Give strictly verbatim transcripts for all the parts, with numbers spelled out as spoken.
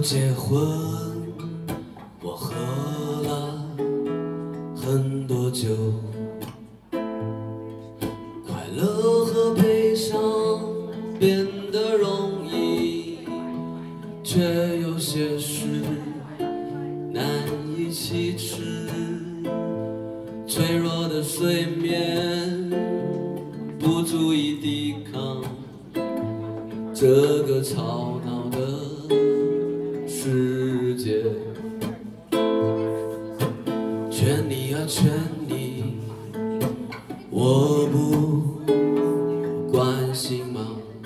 结婚，我喝了很多酒，快乐和悲伤变得容易，却有些事难以启齿。脆弱的睡眠不足以抵抗这个吵闹的世界。劝你啊劝你，我不关心吗？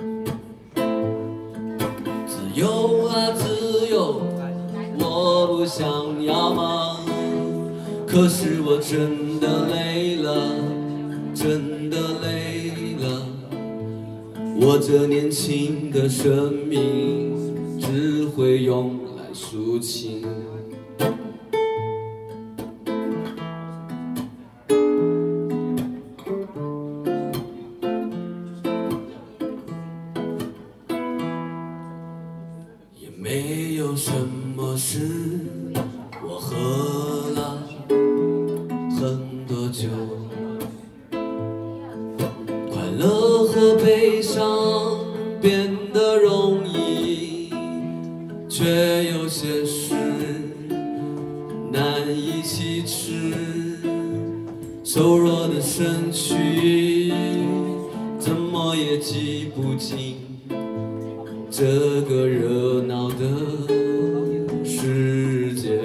自由啊自由，我不想要吗？可是我真的累了，真的累了。我这年轻的生命只会用来抒情。也没有什么事，我喝了很多酒，快乐和悲伤变得容易，却有些事难以启齿。瘦弱的身躯怎么也挤不进这个热闹的世界。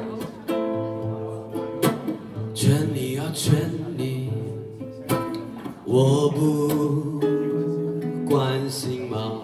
劝你啊劝你，我不关心吗？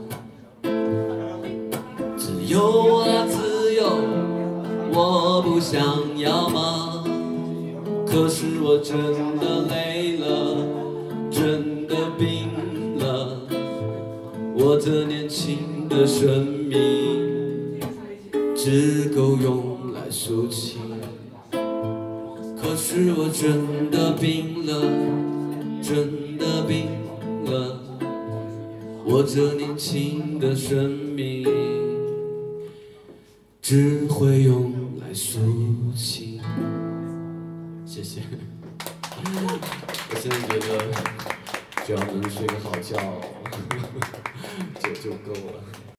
自由啊自由，我不想要吗？可是我真的累了，真的病了。我这年轻的生命只够用来抒情。可是我真的病了，真的病了。我这年轻的生命只会用来抒情。谢谢。我现在觉得只要能睡个好觉就就够了。